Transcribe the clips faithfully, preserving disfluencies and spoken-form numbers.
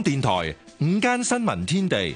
電台午間新聞天地，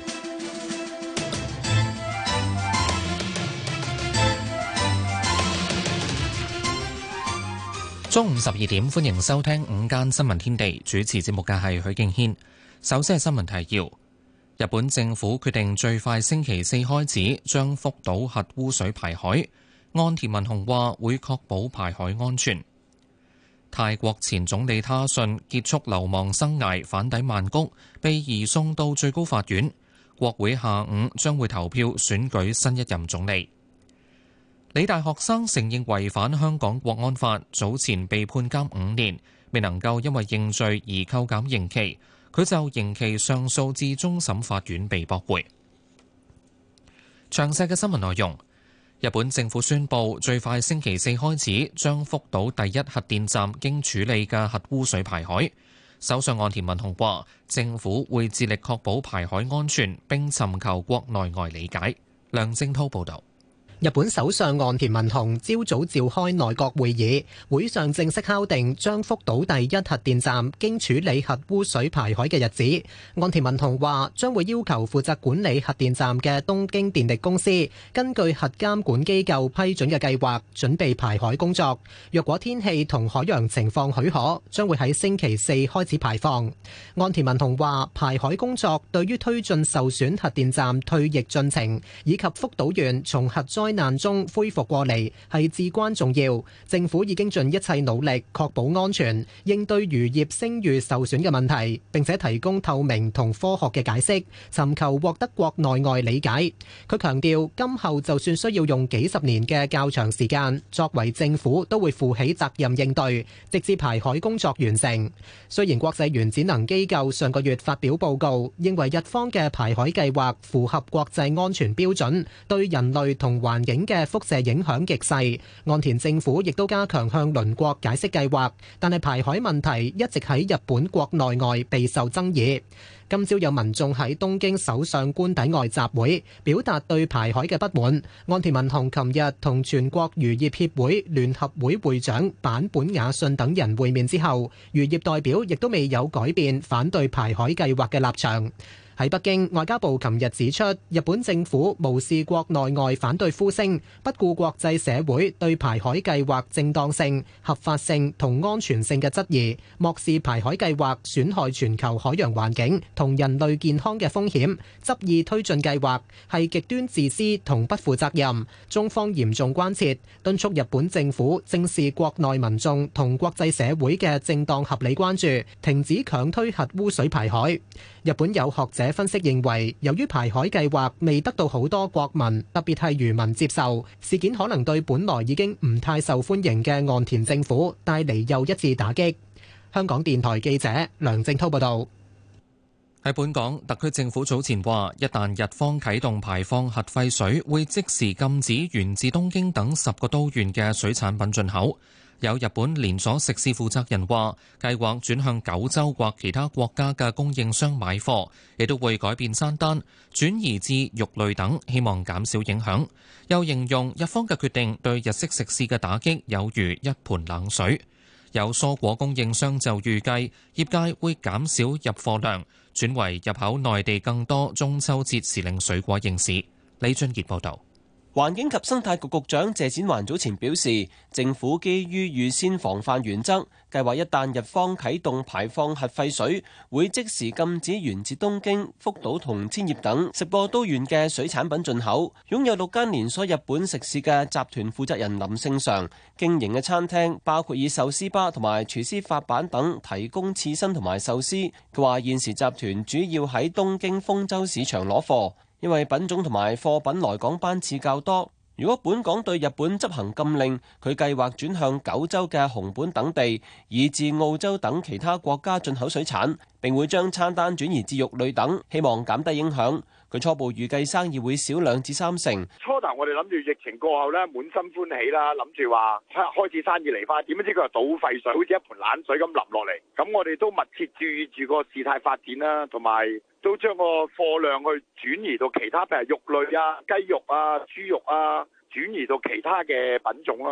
中午十二點，歡迎收聽午間新聞天地。主持節目嘅係許敬軒。首先係新聞提要：日本政府決定最快星期四開始將福島核污水排海。岸田文雄話會確保排海安全。泰國前總理他信結束流亡生涯，返抵曼谷，被移送到最高法院。國會下午將會投票選舉新一任總理。理大學生承認違反香港國安法，早前被判監五年，未能夠因為認罪而扣減刑期。佢就刑期上訴至終審法院被駁回。詳細嘅新聞內容。日本政府宣布，最快星期四開始將福島第一核電站經處理嘅核污水排海。首相岸田文雄話，政府會致力確保排海安全，並尋求國內外理解。梁正滔報導。 日本首相岸田文雄朝早召開內閣會議，會上正式敲定將福島第一核電站經處理核污水排海嘅日子。岸田文雄話將會要求負責管理核電站嘅東京電力公司根據核監管機構批准嘅計劃準備排海工作。若果天氣同海洋情況許可，將會喺星期四開始排放。岸田文雄話排海工作對於推進受損核電站退役進程以及福島縣從核災難中恢復過嚟係至關重要，政府已經盡一切努力確保安全，應對漁業聲譽受損嘅問題，並且提供透明同科學嘅解釋，尋求獲得國內外理解。佢強調，今後就算需要用幾十年嘅較長時間，作為政府都會負起責任應對，直至排海工作完成。雖然國際原子能機構上個月發表報告，認為日方嘅排海計劃符合國際安全標準，對人類同環境嘅輻射影響極細，岸田政府亦都加強向鄰國解釋計劃，但係排海問題一直喺日本國內外備受爭議。今朝有民眾喺東京首相官邸外集會，表達對排海嘅不滿。岸田文雄琴日同全國漁業協會聯合會會長坂本雅信等人會面之後，漁業代表亦都未有改變反對排海計劃嘅立場。喺北京，外交部琴日指出，日本政府無視國內外反對呼聲，不顧國際社會對排海計劃正當性、合法性同安全性嘅質疑，漠視排海計劃損害全球海洋環境同人類健康嘅風險，執意推進計劃係極端自私同不負責任。中方嚴重關切，敦促日本政府正視國內民眾同國際社會嘅正當合理關注，停止強推核污水排海。日本有學者分析認為，由於排海計劃未得到好多國民，特別係漁民接受，事件可能對本來已經唔太受歡迎嘅岸田政府帶嚟又一次打擊。香港電台記者梁正滔報導。 喺本港，特區政府早前話，一旦日方啟動排放核廢水，會即時禁止源自東京等十個都縣嘅水產品進口。有日本連鎖食肆負責人話，計劃轉向九州或其他國家嘅供應商買貨，亦都會改變餐單，轉移至肉類等，希望減少影響。又形容日方嘅決定對日式食肆嘅打擊有如一盆冷水。有蔬果供應商就預計，業界會減少入貨量，轉為入口內地更多中秋節時令水果應市。李俊傑報導。 環境及生態局局長謝展寰早前表示，政府基於預先防範原則，計劃一旦日方啟動排放核廢水，會即時禁止源自東京、福島同千葉等十個都縣嘅水產品進口。擁有六間連鎖日本食肆嘅集團負責人林勝常經營嘅餐廳，包括以壽司吧同埋廚師發辦等提供刺身同埋壽司。佢話現時集團主要喺東京豐洲市場攞貨，因為品種同埋貨品來港班次較多。如果本港對日本執行禁令，佢計劃轉向九州嘅熊本等地，以至澳洲等其他國家進口水產，並會將餐單轉移至肉類等，希望減低影響。佢初步預計生意會少兩至三成。 初頭我哋諗住疫情過後咧，滿心歡喜啦，諗住話開始生意嚟翻，點知佢話倒廢水，好似一盆冷水咁淋落嚟。咁我哋都密切注意住個事態發展啦，同埋都將個貨量去轉移到其他，譬如肉類啊、雞肉啊、豬肉啊，轉移到其他嘅品種咯。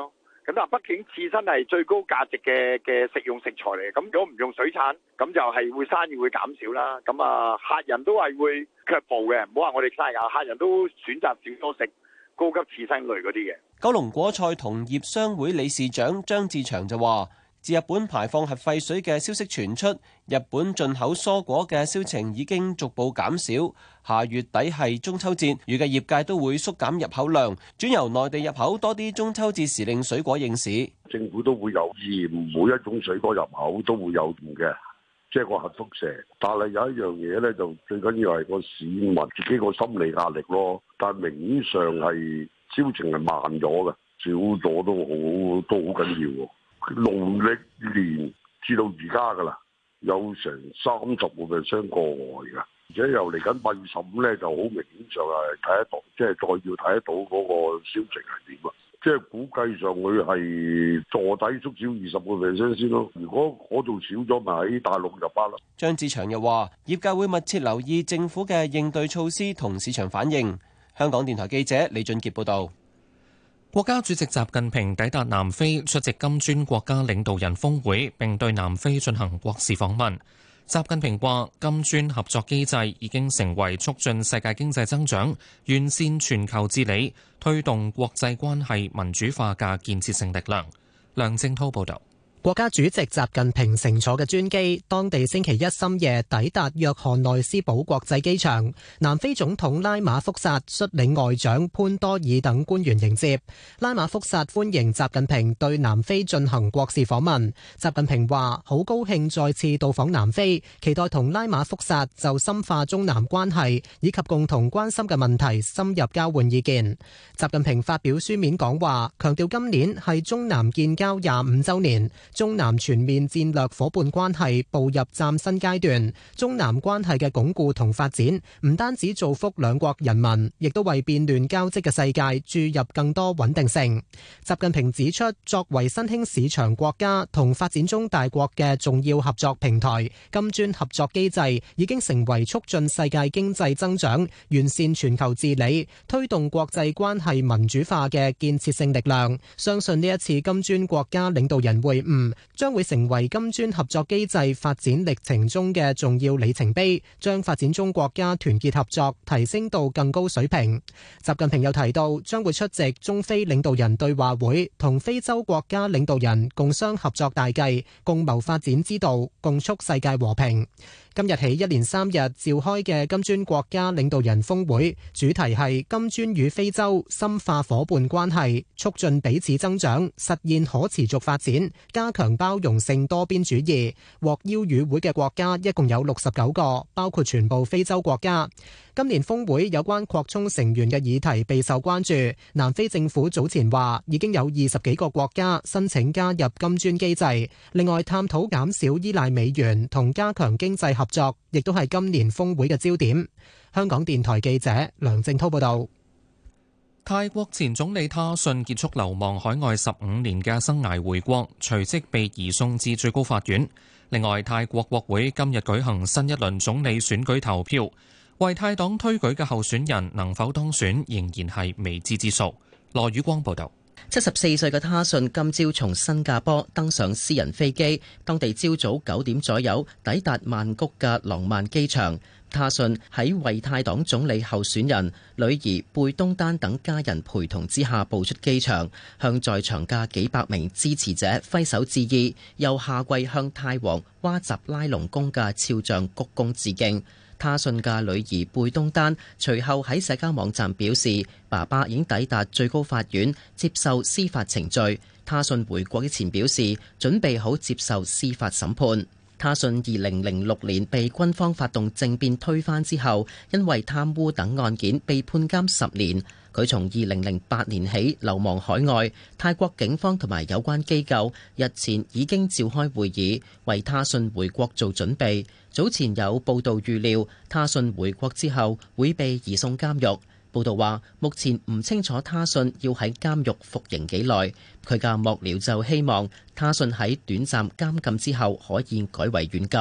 咁但係畢竟刺身係最高價值嘅嘅食用食材嚟嘅，咁如果唔用水產，咁就係會生意會減少啦。咁啊，客人都係會卻步嘅，唔好話我哋生意啊，客人都選擇少多食高級刺身類嗰啲嘅。 九龍果菜同業商會理事長張志祥就話，自日本排放核廢水嘅消息傳出，日本進口蔬果嘅銷情已經逐步減少。下月底係中秋節，預計業界都會縮減入口量，轉由內地入口多啲中秋節時令水果應市。 政府都會有驗，每一種水果入口都會有驗嘅，即係個核輻射。但係有一樣嘢咧，就最緊要係個市民自己個心理壓力咯。但係明顯上係銷情係慢咗嘅，少咗都好都好緊要喎。農曆年至到而家噶啦，有成三十個 percent 過外噶，而且又嚟緊八月十五咧，就好明顯上係睇得到，即係再要睇得到嗰個銷情係點啊！即係估計上佢係坐底縮少二十個 percent 先咯。如果嗰度少咗，咪喺大陸入翻啦。 張志祥又話：業界會密切留意政府嘅應對措施同市場反應。香港電台記者李俊傑報導。 國家主席習近平抵達南非出席金磚國家領導人峰會，並對南非進行國事訪問。習近平話：金磚合作機制已經成為促進世界經濟增長、完善全球治理、推動國際關係民主化嘅建設性力量。梁正滔報導。 國家主席習近平乘坐嘅專機，當地星期一深夜抵達約翰內斯堡國際機場。南非總統拉馬福薩率領外長潘多爾等官員迎接。拉馬福薩歡迎習近平對南非進行國事訪問。習近平話：好高興再次到訪南非，期待同拉馬福薩就深化中南關係以及共同關心嘅問題深入交換意見。習近平發表書面講話，強調今年係中南建交廿五週年。中南全面戰略夥伴關係步入嶄新階段，中南關係嘅鞏固同發展，唔單止造福兩國人民，亦都為變亂交織嘅世界注入更多穩定性。習近平指出，作為新興市場國家同發展中大國嘅重要合作平台，金磚合作機制已經成為促進世界經濟增長、完善全球治理、推動國際關係民主化嘅建設性力量。相信呢一次金磚國家領導人會晤將會成為金磚合作機制發展歷程中嘅重要里程碑，將發展中國家團結合作提升到更高水平。習近平又提到，將會出席中非領導人對話會，同非洲國家領導人共商合作大計，共謀發展之道，共促世界和平。今日起一連三日召開嘅金磚國家領導人峰會，主題係金磚與非洲深化夥伴關係，促進彼此增長，實現可持續發展，加強包容性多邊主義。獲邀與會嘅國家一共有六十九個，包括全部非洲國家。今年峰會有關擴充成員嘅議題備受關注。南非政府早前話已經有二十幾個國家申請加入金磚機制。另外，探討減少依賴美元同加強經濟合作，亦都係今年峰會嘅焦點。香港電台記者梁正滔報導。 泰國前總理他信結束流亡海外十五年嘅生涯回國，隨即被移送至最高法院。另外，泰國國會今日舉行新一輪總理選舉投票。為泰黨推舉嘅候選人能否當選，仍然係未知之數。羅宇光報道。 七十四歲嘅他信今朝從新加坡登上私人飛機，當地朝早九點左右抵達曼谷嘅廊曼機場。他信喺為泰黨總理候選人女兒貝東丹等家人陪同之下步出機場，向在場嘅幾百名支持者揮手致意，又下跪向泰王哇集拉隆功嘅肖像鞠躬致敬。他信嘅女兒貝東丹隨後喺社交網站表示，爸爸已經抵達最高法院接受司法程序。他信回國之前表示，準備好接受司法審判。他信二零零六年被軍方發動政變推翻之後，因為貪污等案件被判監十年。佢從二零零八年起流亡海外，泰國警方同埋有關機構日前已經召開會議，為他信回國做準備。早前有報道預料，他信回國之後會被移送監獄。報道話，目前唔清楚他信要喺監獄服刑幾耐。佢嘅幕僚就希望他信喺短暫監禁之後可以改為軟禁。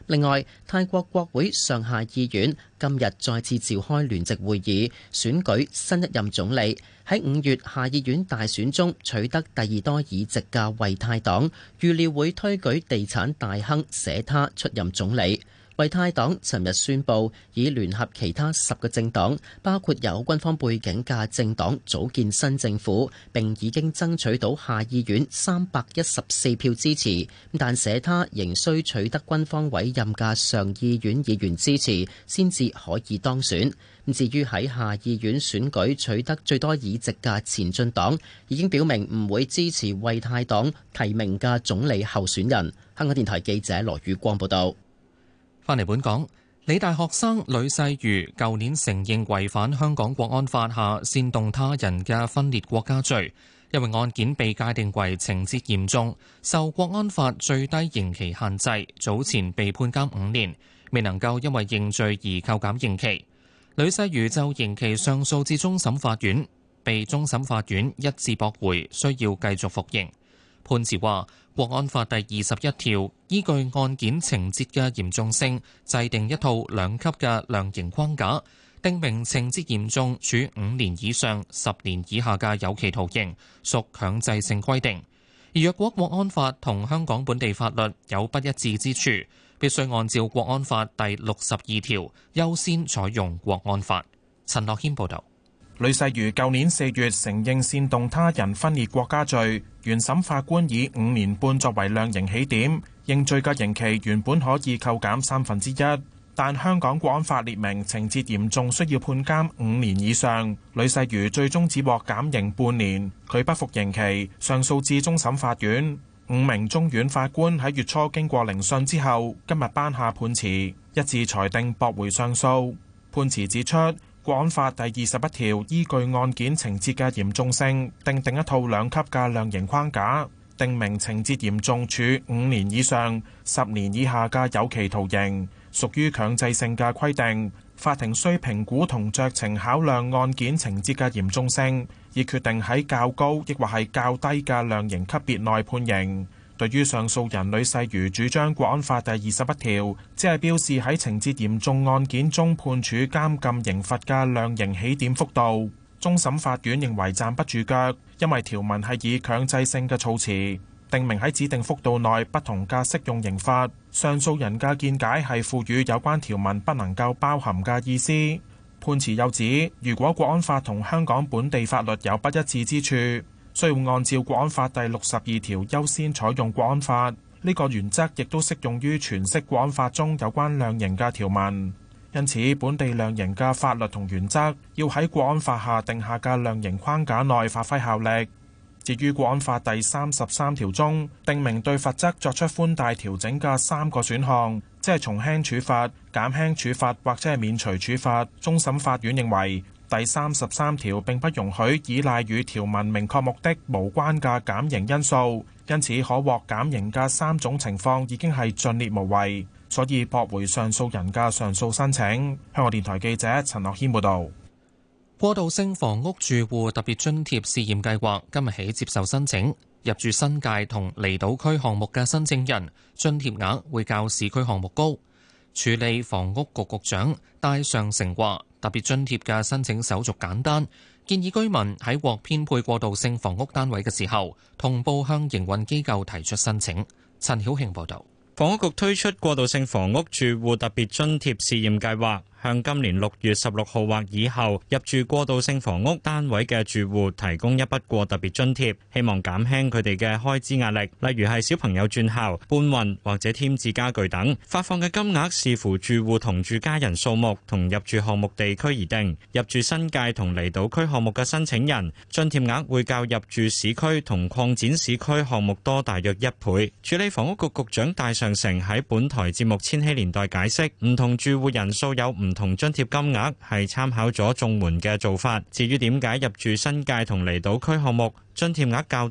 另外，泰國國會上下議院今日再次召開聯席會議，選舉新一任總理。喺五月下議院大選中取得第二多議席嘅為泰黨，預料會推舉地產大亨舍他出任總理。為泰黨尋日宣布，已聯合其他十個政黨，包括有軍方背景嘅政黨，組建新政府，並已經爭取到下議院三百一十四票支持。但舍他仍需取得軍方委任嘅上議院議員支持，先至可以當選。至於喺下議院選舉取得最多議席嘅前進黨，已經表明唔會支持為泰黨提名嘅總理候選人。香港電台記者羅宇光報道。 返嚟本港，理大學生呂世瑜舊年承認違反香港國安法下煽動他人嘅分裂國家罪，因為案件被界定為情節嚴重，受國安法最低刑期限制，早前被判監五年，未能夠因為認罪而扣減刑期。呂世瑜就刑期上訴至終審法院，被終審法院一致駁回，需要繼續服刑。判詞話，國安法第二十一條依據案件情節嘅嚴重性，制定一套兩級嘅量刑框架，定明情節嚴重處五年以上十年以下嘅有期徒刑，屬強制性規定。而若果國安法同香港本地法律有不一致之處，必須按照國安法第六十二條優先採用國安法。陳樂謙報道。 呂世瑜舊年四月承認煽動他人分裂國家罪，原審法官以五年半作為量刑起點，認罪嘅刑期原本可以扣減三分之一，但香港國安法列明情節嚴重需要判監五年以上，呂世瑜最終只獲減刑半年，佢不服刑期，上訴至終審法院。五名中院法官喺月初經過聆訊之後，今日頒下判詞，一致裁定駁回上訴。判詞指出，國安法第二十一條依據案件情節嘅嚴重性，訂定一套兩級嘅量刑框架，定明情節嚴重處五年以上十年以下嘅有期徒刑，屬於強制性嘅規定。法庭需評估同酌情考量案件情節嘅嚴重性，以決定喺較高亦或係較低嘅量刑級別內判刑。對於上訴人呂世瑜主張國安法第二十一條只係標示喺情節嚴重案件中判處監禁刑罰嘅量刑起點幅度，終審法院認為站不住腳，因為條文係以強制性嘅措辭定明喺指定幅度內不同嘅適用刑罰。上訴人嘅見解係賦予有關條文不能夠包含嘅意思。判詞又指，如果國安法同香港本地法律有不一致之處，需要按照國安法第六十二條優先採用國安法，呢個原則亦都適用於詮釋國安法中有關量刑嘅條文。因此，本地量刑嘅法律同原則要喺國安法下定下嘅量刑框架內發揮效力。至於國安法第三十三條中定明對罰則作出寬大調整嘅三個選項，即係從輕處罰、減輕處罰或者係免除處罰，終審法院認為第三十三條並不容許依賴與條文明確目的無關嘅減刑因素，因此可獲減刑嘅三種情況已經係盡列無遺，所以駁回上訴人嘅上訴申請。香港電台記者陳樂軒報導。 過渡性房屋住戶特別津貼試驗計劃今日起接受申請，入住新界同離島區項目嘅申請人津貼額會較市區項目高。處理房屋局局長戴尚成話，特別津貼嘅申請手續簡單，建議居民喺獲編配過渡性房屋單位嘅時候，同步向營運機構提出申請。陳曉慶報導。 房屋局推出過渡性房屋住戶特別津貼試驗計劃，向今年六月十六號或以後入住過渡性房屋單位嘅住戶提供一筆過特別津貼，希望減輕佢哋嘅開支壓力，例如係小朋友轉校、搬運或者添置家具等。發放嘅金額視乎住戶同住家人數目同入住項目地區而定。入住新界同離島區項目嘅申請人，津貼額會較入住市區同擴展市區項目多大約一倍。處理房屋局局長戴尚成喺本台節目《千禧年代》解釋，唔同住戶人數有唔同津貼金額，係參考咗綜援嘅做法。至於點解入住新界同離島區項目津貼額較多，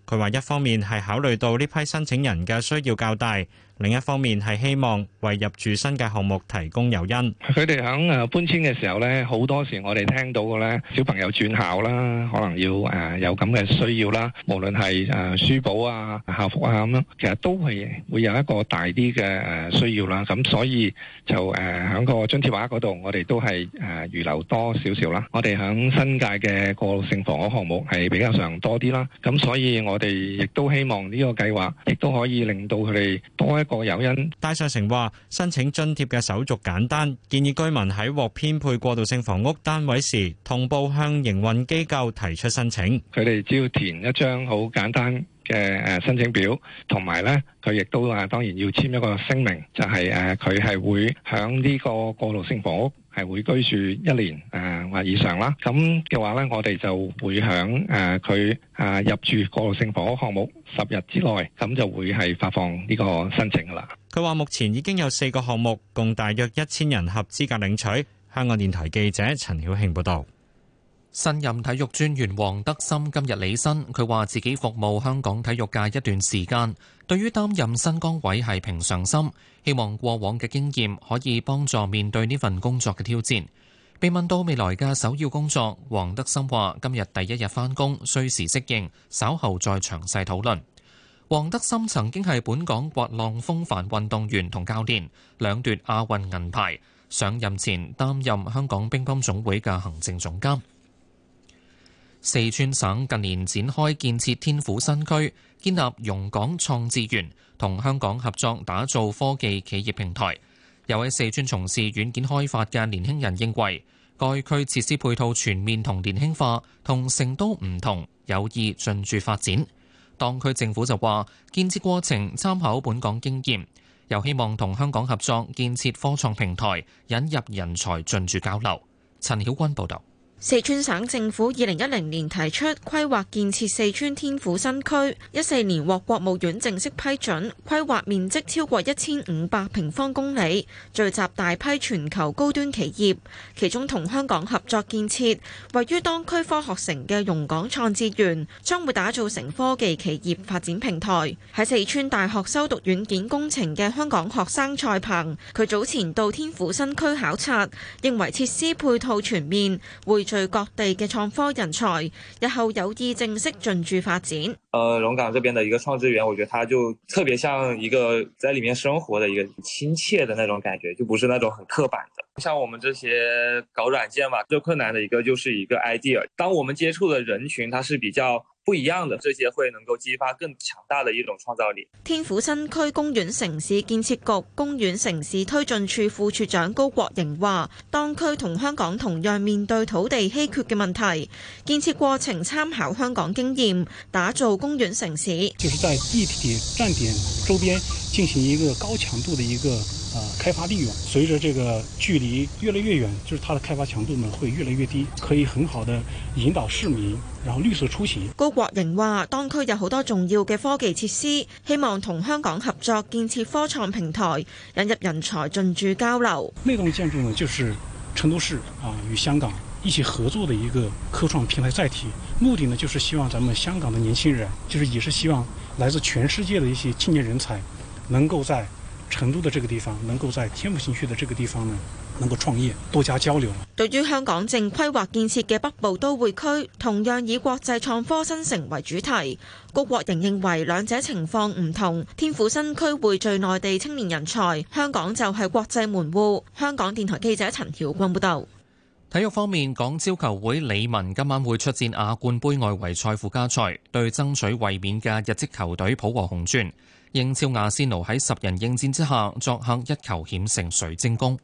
佢話一方面係考慮到呢批申請人嘅需要較大，另一方面係希望為入住新嘅項目提供誘因。 佢哋響誒搬遷嘅時候咧，好多時我哋聽到嘅咧，小朋友轉校啦，可能要誒有咁嘅需要啦，無論係誒書簿啊、校服啊咁樣，其實都係會有一個大啲嘅誒需要啦。咁所以就誒響個津貼額嗰度，我哋都係誒預留多少少啦。我哋響新界嘅過渡性房屋項目係比較上多啲啦。咁所以我哋亦都希望呢個計劃亦都可以令到佢哋多一個誘因。 戴尚成話：申請津貼嘅手續簡單，建議居民喺獲編配過渡性房屋單位時，同步向營運機構提出申請。 佢哋只要填一張好簡單嘅誒申請表，同埋咧佢亦都啊當然要簽一個聲明，就係誒佢係會響呢個過渡性房屋係會居住一年誒或以上啦。咁嘅話咧，我哋就會響誒佢誒入住過渡性房屋項目十日之內，咁就會係發放呢個申請噶啦。 佢話目前已經有四個項目，共大約一千人合資格領取。香港電台記者陳曉慶報導。 新任體育專員黃德森今日履新，佢話自己服務香港體育界一段時間，對於擔任新崗位係平常心，希望過往嘅經驗可以幫助面對呢份工作嘅挑戰。被問到未來嘅首要工作，黃德森話今日第一日返工，需時適應，稍後再詳細討論。黃德森曾經係本港滑浪風帆運動員同教練，兩奪亞運銀牌，上任前擔任香港乒乓總會嘅行政總監。四川省近年展開建設天府新區，建立蓉港創智園，同香港合作打造科技企業平台。有喺四川從事軟件開發嘅年輕人認為，該區設施配套全面同年輕化，同成都唔同，有意進駐發展。當區政府就話，建設過程參考本港經驗，又希望同香港合作建設科創平台，引入人才進駐交流。陳曉君報導。 四川省政府二零一零年提出規劃建設四川天府新區，一四年獲國務院正式批准，規劃面積超過一千五百平方公里，聚集大批全球高端企業。其中同香港合作建設位於當區科學城嘅蓉港創智園，將會打造成科技企業發展平台。喺四川大學修讀軟件工程嘅香港學生蔡鵬，佢早前到天府新區考察，認為設施配套全面，匯聚各地嘅創科人才，日後有意正式進駐發展。 呃，蓉港這邊的一個創智園，我覺得它就特別像一個在裡面生活的一個親切的那種感覺，就不是那種很刻板的。像我們這些搞軟件嘛，最困難的一個就是一個 idea。當我們接觸的人群，它是比較不一樣的，這些會能夠激發更強大的一種創造力。 天府新區公園城市建設局公園城市推進處副處長高國營話，當區同香港同樣面對土地稀缺嘅問題，建設過程參考香港經驗，打造公園城市。 就是在地鐵站點周邊進行一個高強度的一個呃開發利用，隨着這個距離越來越遠，就是它的開發強度呢會越來越低，可以很好的引導市民，然後綠色出行。 高國營話，當區有好多重要嘅科技設施，希望同香港合作建設科創平台，引入人才進駐交流。 那棟建築呢，就是成都市啊與香港一起合作的一個科創平台載體，目的呢就是希望咱們香港的年輕人，就是也是希望來自全世界的一些青年人才，能夠在成都的這個地方，能夠在天府新區的這個地方呢，能夠創業，多加交流。 對於香港正規劃建設嘅北部都會區，同樣以國際創科新城為主題。高國營認為兩者情況唔同，天府新區匯聚內地青年人才，香港就係國際門戶。香港電台記者陳曉君報道。 體育方面，港超球會李文今晚會出戰亞冠杯外圍賽附加賽，對爭取衛冕嘅日職球隊浦和紅鑽。英超阿仙奴喺十人應戰之下，作客一球險勝水晶宮。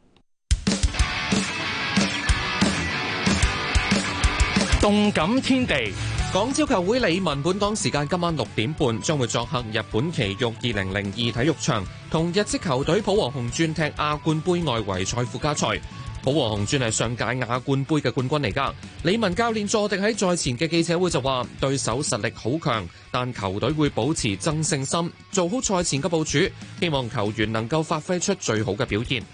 動感天地， 港超球會李文本港時間今晚六點半將會作客日本埼玉二零零二體育場，同日職球隊浦和紅鑽踢亞冠杯外圍賽附加賽。浦和紅鑽係上屆亞冠杯嘅冠軍嚟㗎。李文教練佐迪喺賽前嘅記者會就話，對手實力好強，但球隊會保持爭勝心，做好賽前嘅部署，希望球員能夠發揮出最好嘅表現。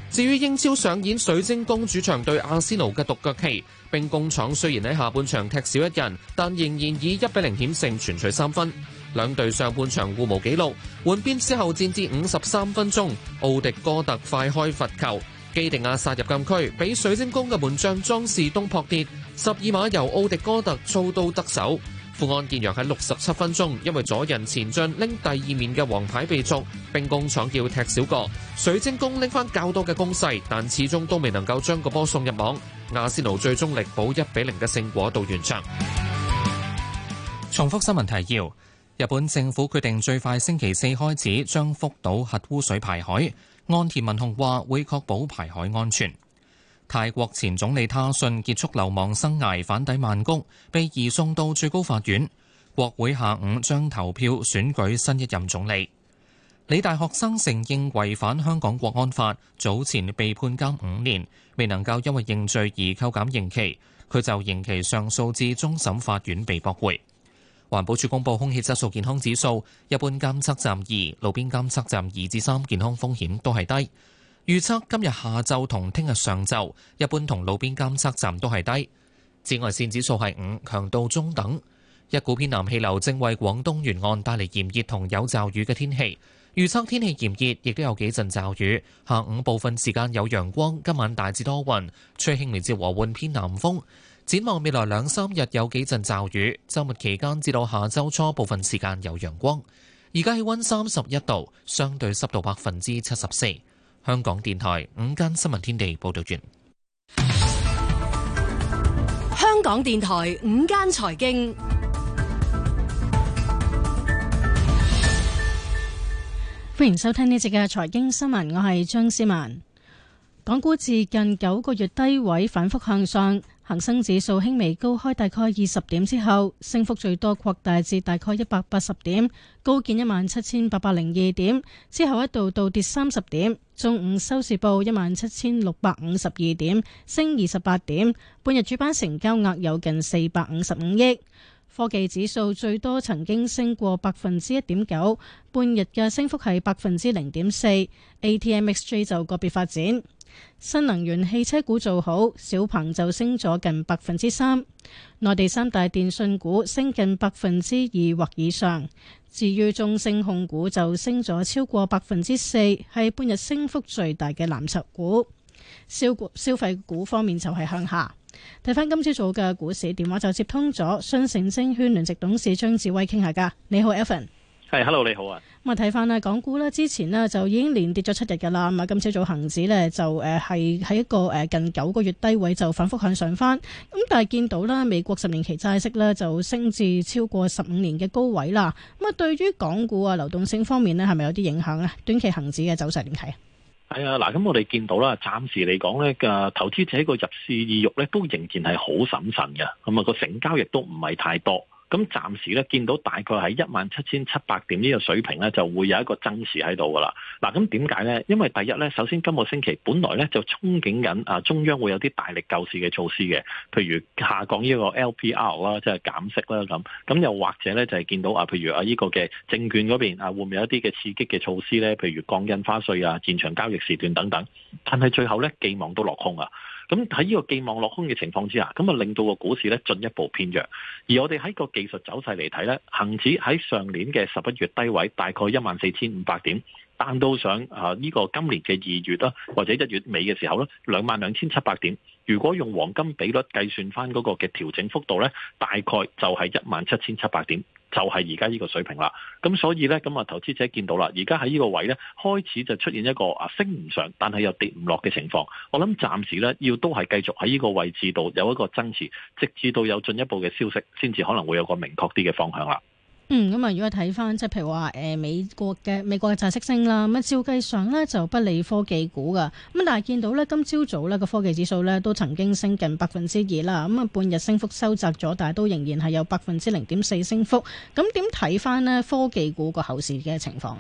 至於英超上演水晶宮主場對阿仙奴嘅獨腳戲，兵工廠雖然喺下半場踢少一人，但仍然以一比零險勝全取三分。兩隊上半場互無紀錄，換邊之後戰至五十三分鐘，奧迪哥特快開罰球，基迪亞殺入禁區，俾水晶宮嘅門將莊士東撲跌，十二碼由奧迪哥特操刀得手。富安健洋喺六十七分鐘因為阻人前進拎第二面嘅黃牌被逐，兵工廠要踢少個，水晶宮拎翻較多嘅攻勢，但始終都未能夠將個波送入網。阿仙奴最終力保一比零嘅勝果到完場。重複新聞提要：日本政府決定最快星期四開始將福島核污水排海，岸田文雄話會確保排海安全。泰國前總理他信結束流亡生涯返抵曼谷，被移送到最高法院。國會下午將投票選舉新一任總理。理大學生承認違反香港國安法，早前被判監五年，未能夠因為認罪而扣減刑期。佢就刑期上訴至終審法院被駁回。環保署公布空氣質素健康指數，一般監測站二，路邊監測站二至三，健康風險都係低。預測今日下晝同聽日上晝，一般同路邊監測站都係低。紫外線指數係五，強度中等。一股偏南氣流正為廣東沿岸帶嚟炎熱同有驟雨嘅天氣。預測天氣炎熱，亦都有幾陣驟雨。下午部分時間有陽光，今晚大致多雲，吹輕微至和緩偏南風。展望未來兩三日有幾陣驟雨，週末期間至到下週初部分時間有陽光。而家氣溫三十一度，相對濕度百分之七十四。香港電台午間新聞天地報道完。 香港電台午間財經， 歡迎收聽呢節嘅財經新聞，我係張思文。港股自近九個月低位反覆向上，恒生指數輕微高開大概二十點之後，升幅最多擴大至大概一百八十點，高見一萬七千八百零二點，之後一度倒跌三十點，中午收市報一萬七千六百五十二點，升二十八點，半日主板成交額有近四百五十五億。科技指數最多曾經升過百分之一點九，半日嘅升幅係百分之零點四。A T M X J 就個別發展。新能源汽車股做好，小鵬就升咗近百分之三。內地三大電訊股升近百分之二或以上，至於中升控股就升咗超過百分之四，係半日升幅最大嘅藍籌股。消消費股方面就係向下。睇翻今朝早嘅股市，電話就接通咗信誠證券聯席董事張志威傾下㗎。你好 ，Evan。 係、hey，hello， 你好啊。 咁啊，睇翻咧，港股咧之前呢就已經連跌咗七日㗎啦。咁啊，今朝早恒指呢就誒係喺一個誒近九個月低位就反覆向上翻。咁但係見到啦，美國十年期債息呢就升至超過十五年嘅高位啦。咁啊，對於港股啊流動性方面呢，係咪有啲影響呢？短期恒指嘅走勢點睇啊？ 係啊，嗱，咁我哋見到啦，暫時嚟講咧嘅投資者個入市意欲咧都仍然係好審慎嘅，咁啊個成交亦都唔係太多。咁暫時咧見到大概喺一萬七千七百點呢個水平咧，就會有一個增持喺度噶啦。嗱，咁點解咧？因為第一咧，首先今個星期本來咧就憧憬緊啊中央會有啲大力救市嘅措施嘅，譬如下降呢個 L P R 啦，即係減息啦咁。咁又或者咧就係見到啊，譬如啊呢個嘅證券嗰邊啊，會唔會有一啲嘅刺激嘅措施咧？譬如降印花稅啊、延長交易時段等等。但係最後咧寄望都落空啊。咁喺呢個寄望落空嘅情況之下，咁啊令到個股市咧進一步偏弱。而我哋喺個技術走勢嚟睇咧，恒指喺上年嘅十一月低位大概一萬四千五百點，彈到上啊呢個今年嘅二月啦，或者一月尾嘅時候咧，兩萬兩千七百點。如果用黃金比率計算翻嗰個嘅調整幅度咧，大概就係一萬七千七百點。就係而家呢個水平啦，咁所以呢，咁啊投資者見到啦，而家喺呢個位呢，開始就出現一個啊升唔上，但係又跌唔落嘅情況。我諗暫時呢，要都係繼續喺呢個位置度有一個增持，直至到有進一步嘅消息，先至可能會有個明確啲嘅方向啦。 嗯，咁啊，如果睇翻即係譬如話誒美國嘅美國嘅債息升啦，咁啊照計上咧就不利科技股噶，咁但係見到咧今朝早咧個科技指數咧都曾經升近百分之二啦，咁啊半日升幅收窄咗，但係都仍然係有百分之零點四升幅。咁點睇翻呢科技股個後市嘅情況啊？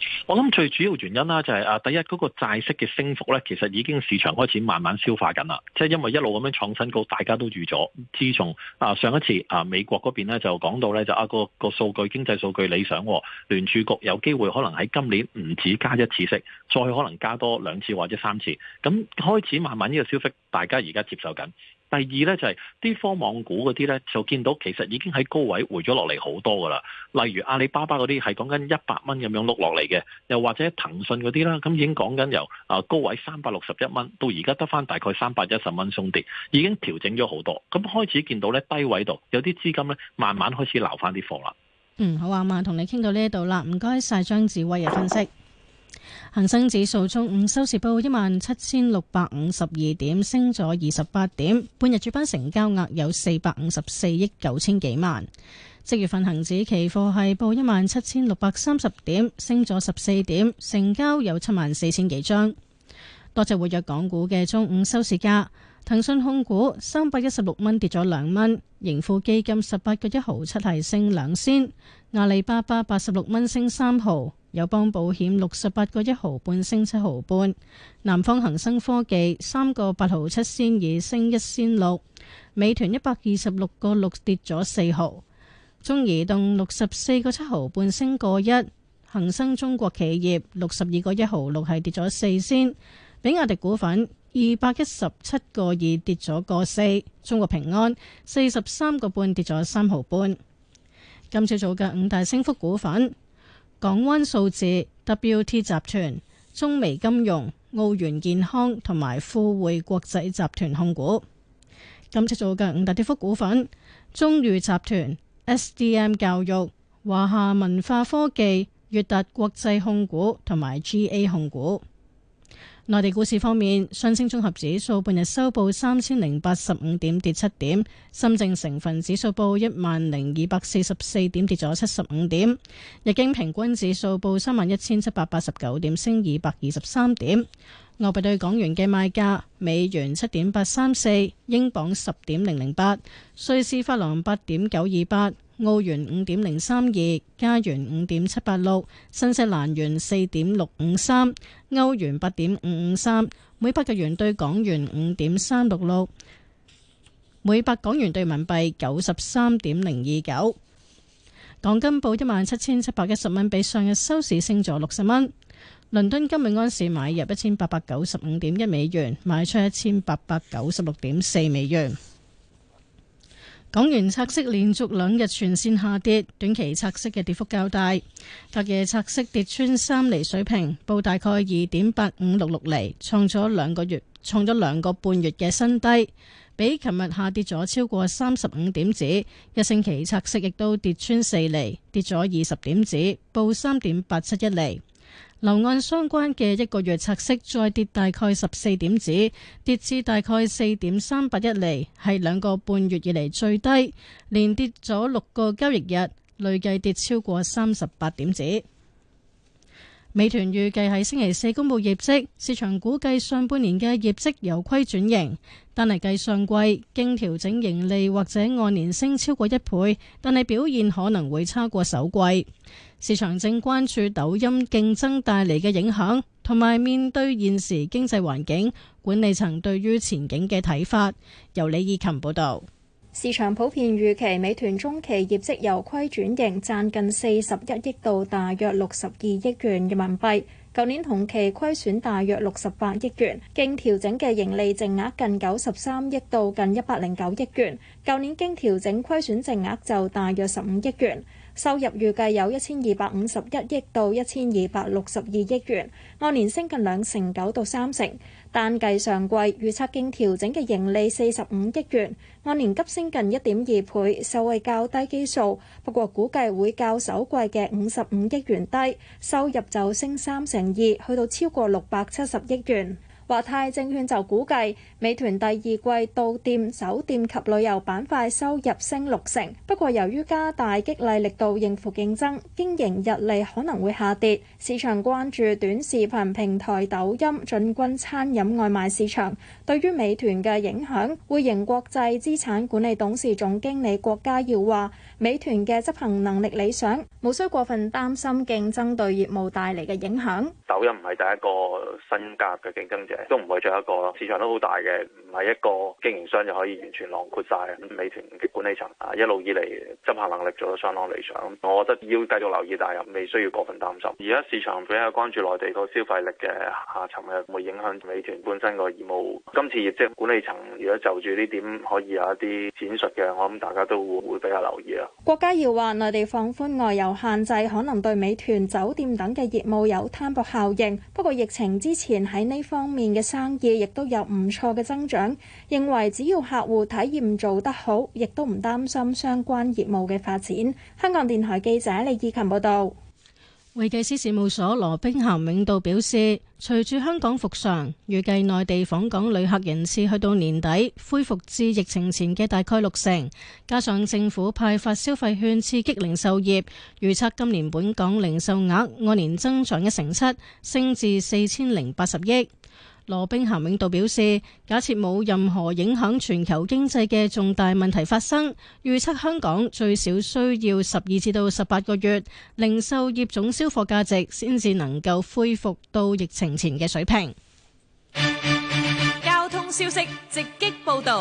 我諗最主要原因啦，就係啊，第一嗰個債息嘅升幅咧，其實已經市場開始慢慢消化緊啦。即係因為一路咁樣創新高，大家都預咗。自從啊上一次啊美國嗰邊咧就講到咧就啊個個數據經濟數據理想，聯儲局有機會可能喺今年唔止加一次息，再可能加多兩次或者三次。咁開始慢慢呢個消息，大家而家接受緊。第二咧就係、是、啲科網股嗰啲咧，就見到其實已經喺高位回咗落嚟好多噶啦。例如阿里巴巴嗰啲係講緊一百蚊咁樣碌落嚟嘅，又或者騰訊嗰啲啦，咁已經講緊由啊高位三百六十一蚊到而家得返大概三百一十蚊鬆啲，已經調整咗好多。咁開始見到咧低位度有啲資金咧慢慢開始撈返啲貨啦。 嗯，好啊嘛，同你傾到呢一度啦，唔該晒張志威嘅分析。恒生指數中午收市報一萬七千六百五十二點，升咗二十八點。半日主板成交額有四百五十四億九千幾萬。即月份恒指期貨係報一萬七千六百三十點，升咗十四點，成交有七萬四千幾張。多隻活躍港股嘅中午收市價。騰訊控股三百一十六蚊跌咗兩蚊，盈富基金十八個一毫七係升兩仙，阿里巴巴八十六蚊升三毫，友邦保險六十八個一毫半升七毫半，南方恒生科技三個八毫七仙二升一仙六，美團一百二十六個六跌咗四毫，中移動六十四個七毫半升個一，恒生中國企業六十二個一毫六係跌咗四仙，比亞迪股份二百一十七個二跌咗個四，中國平安四十三個半跌咗三毫半。今朝早嘅五大升幅股份：港灣數字、W T 集團、中微金融、澳元健康同埋富匯國際集團控股。今朝早嘅五大跌幅股份：中裕集團、S D M 教育、華夏文化科技、粵達國際控股同埋 G A 控股。內地股市方面，上證綜合指數半日收報三千零八十五點，跌七點；深證成分指數報一萬零二百四十四點，跌咗七十五點；日經平均指數報三萬一千七百八十九點，升二百二十三點。外幣對港元嘅賣價：美元七點八三四，英鎊十點零零八，瑞士法郎八點九二八。澳元五點零三二，加元五點七八六，新西蘭元四點六五三，歐元八點五五三，每百日元對港元五點三六六，每百港元對人民幣九十三點零二九。港金報一萬七千七百一十蚊，比上日收市升咗六十蚊。倫敦金每安士買入一千八百九十五點一美元，賣出一千八百九十六點四美元。港元拆息連續兩日全線下跌，短期拆息嘅跌幅較大，隔夜拆息跌穿三厘水平，報大概二點八五六六厘，創咗兩個月，創咗兩個半月嘅新低，比琴日下跌咗超過三十五點子。一星期拆息亦都跌穿四厘，跌咗二十點子，報三點八七一厘。樓按相關嘅一個月拆息再跌大概十四點子，跌至大概四點三八一厘，係兩個半月以嚟最低，連跌咗六個交易日，累計跌超過三十八點子。美團預計喺星期四公布業績，市場估計上半年嘅業績由虧轉盈，但係計上季經調整盈利或者按年升超過一倍，但係表現可能會差過首季。市場正關注抖音競爭帶嚟嘅影響，同埋面對現時經濟環境，管理層對於前景嘅睇法。由李以琴報道。 市場普遍預期美團中期業績由虧轉盈，賺近四十一億到大約六十二億元人民幣。舊年同期虧損大約六十八億元，經調整嘅盈利淨額近九十三億到近一百零九億元。舊年經調整虧損淨額就大約十五億元。收入預計有一千二百五十一億到一千二百六十二億元，按年升近兩成九到三成。單計上季預測經調整嘅盈利四十五億元，按年急升近一點二倍，受惠較低基數。不過估計會較首季嘅五十五億元低，收入就升三成二，去到超過六百七十億元。 華泰證券就估計，美團第二季到店、酒店及旅遊板塊收入升六成，不過由於加大激勵力度應付競爭，經營溢利可能會下跌。市場關注短視頻平台抖音進軍餐飲外賣市場，對於美團嘅影響。匯盈國際資產管理董事總經理郭家耀話：美團嘅執行能力理想，無需過分擔心競爭對業務帶嚟嘅影響。 抖音唔係第一個新加入嘅競爭者，都唔會最後一個咯。市場都好大嘅，唔係一個經營商就可以完全囊括晒。美團嘅管理層啊，一路以嚟執行能力做得相當理想，我覺得要繼續留意，但係又未需要過分擔心。而家市場比較關注內地個消費力嘅下沉嘅，會影響美團本身個業務。今次業績管理層如果就住呢點可以有一啲展述嘅，我諗大家都會會比較留意啦。 國家要話內地放寬外遊限制，可能對美團酒店等嘅業務有攤薄效應。不過疫情之前喺呢方面嘅生意亦都有唔錯嘅增長，認為只要客戶體驗做得好，亦都唔擔心相關業務嘅發展。香港電台記者李義琴報道。 會計師事務所羅兵咸永道表示，隨住香港復常，預計內地訪港旅客人次去到年底恢復至疫情前嘅大概六成，加上政府派發消費券刺激零售業，預測今年本港零售額按年增長一成七，升至四千零八十億。羅兵咸永道表示，假設冇任何影響全球經濟嘅重大問題發生，預測香港最少需要十二至到十八個月，零售業總銷貨價值先至能夠恢復到疫情前嘅水平。 交通消息直擊報道。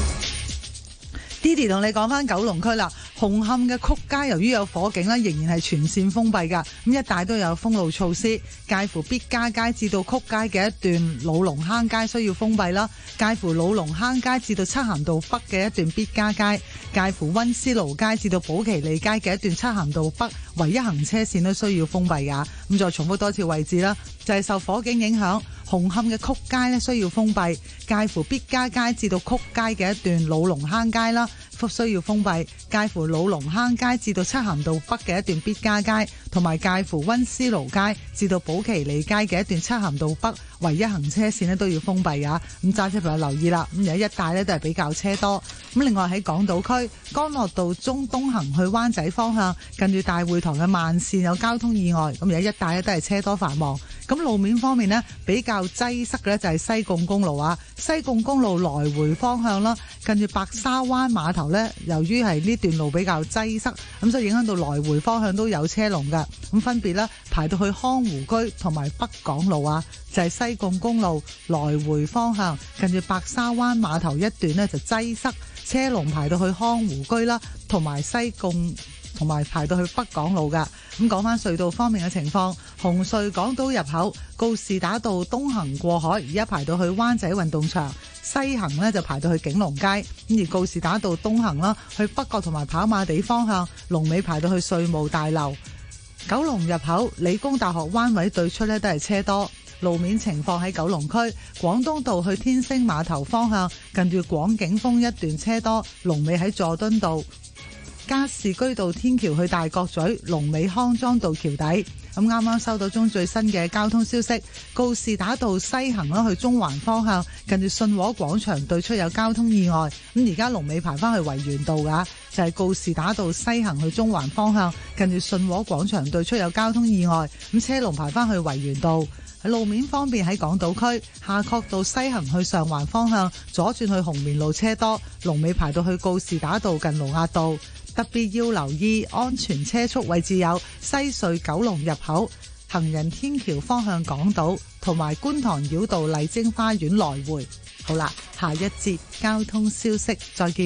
Didi 同你講翻九龍區啦，紅磡嘅曲街由於有火警咧，仍然係全線封閉㗎，咁一帶都有封路措施，介乎必嘉街至到曲街嘅一段老龍坑街需要封閉啦，介乎老龍坑街至到漆咸道北嘅一段必嘉街，介乎溫思勞街至到寶其利街嘅一段漆咸道北唯一行車線都需要封閉㗎。咁再重複多次位置啦，就係、是、受火警影響，紅磡嘅曲街咧需要封閉，介乎必嘉街至到曲街嘅一段老龍坑街啦，需要封閉，介乎老龍坑街至到漆咸道北嘅一段必嘉街，同埋介乎溫思勞街至到寶其利街嘅一段漆咸道北唯一行車線咧都要封閉㗎。咁揸車朋友留意啦，咁有一帶咧都係比較車多。咁另外喺港島區干諾道中東行去灣仔方向，近住大會堂嘅慢線有交通意外，咁有一帶咧都係車多繁忙。咁路面方面呢，比較擠塞嘅咧就係西貢公路啊，西貢公路來回方向啦，近住白沙灣碼頭呢，由於係呢段路比較擠塞，咁所以影響到來回方向都有車龍㗎。咁分別咧排到去康湖居同埋北港路啊，就係西貢公路來回方向，近住白沙灣碼頭一段呢，就擠塞，車龍排到去康湖居啦，同埋西貢。同埋排到去北港路㗎。咁講翻隧道方面嘅情況，紅隧港島入口告士打道東行過海，而家排到去灣仔運動場；西行呢就排到去景隆街。咁而告士打道東行啦，去北角同埋跑馬地方向，龍尾排到去稅務大樓。九龍入口理工大學灣位對出呢都係車多。路面情況喺九龍區廣東道去天星碼頭方向，近住廣景峰一段車多，龍尾喺佐敦道。加士居道天橋去大角咀，龍尾康莊道橋底。咁啱啱收到中最新嘅交通消息，告士打道西行啦去中環方向，近住信和廣場對出有交通意外。咁而家龍尾排翻去維園道噶，就係、是、告士打道西行去中環方向，近住信和廣場對出有交通意外。咁車龍排翻去維園道。喺路面方面喺港島區夏慤道西行去上環方向，左轉去紅棉路車多，龍尾排到去告士打道近盧押道。特別要留意安全車速位置有西隧九龍入口、行人天橋方向港島同埋觀塘繞道麗晶花園來回。好啦，下一節交通消息再見。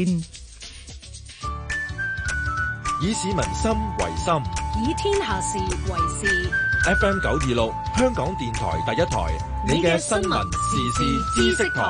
以市民心為心， 以天下事為事。 F M 九二六香港電台第一台，你嘅新聞時事知識台。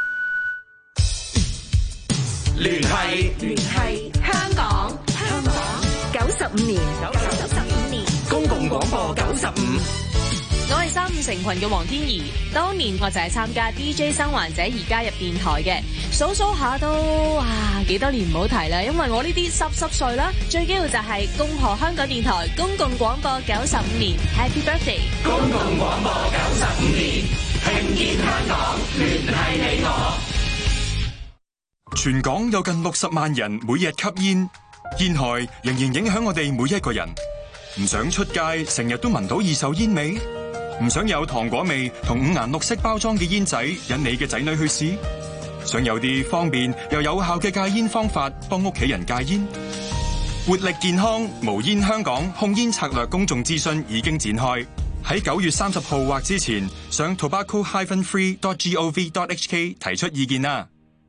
聯繫聯繫香港香港九十五年九十五年公共廣播九十五我係三五成群嘅黃天怡，當年我就係參加 D J 生還者而加入電台嘅，數數下都啊幾多年唔好提啦，因為我呢啲濕濕碎啦，最緊要就係恭賀香港電台公共廣播九十五年 Happy Birthday！ 公共廣播九十五年，聽見香港，聯繫你我。 全港有近六十萬人每日吸煙，煙害仍然影響我哋每一個人。唔想出街成日都聞到二手煙味，唔想有糖果味同五顏六色包裝嘅煙仔引你嘅仔女去試，想有啲方便又有效嘅戒煙方法幫屋企人戒煙。活力健康無煙香港控煙策略公眾諮詢已經展開，喺九月三十號或之前上 tobacco dash free dot gov dot h k 提出意見啦。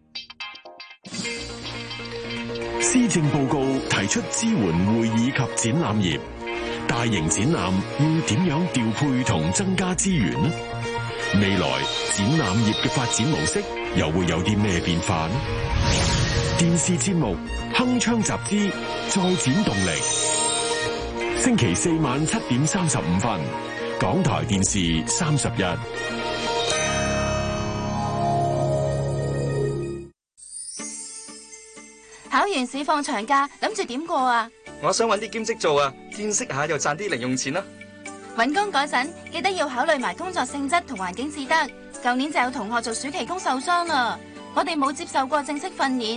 施政報告提出支援會議及展覽業，大型展覽要點樣調配同增加資源呢？未來展覽業嘅發展模式又會有啲咩變化呢？電視節目鏗鏘集資，再展動力。星期四晚七點三十五分，港台電視三十一。 考完試放長假，諗住點過啊？ 我想搵啲兼職做啊，見識下又賺啲零用錢啦。 搵工嗰陣記得要考慮埋工作性質同環境至得。舊年就有同學做暑期工受傷啦，我哋冇接受過正式訓練。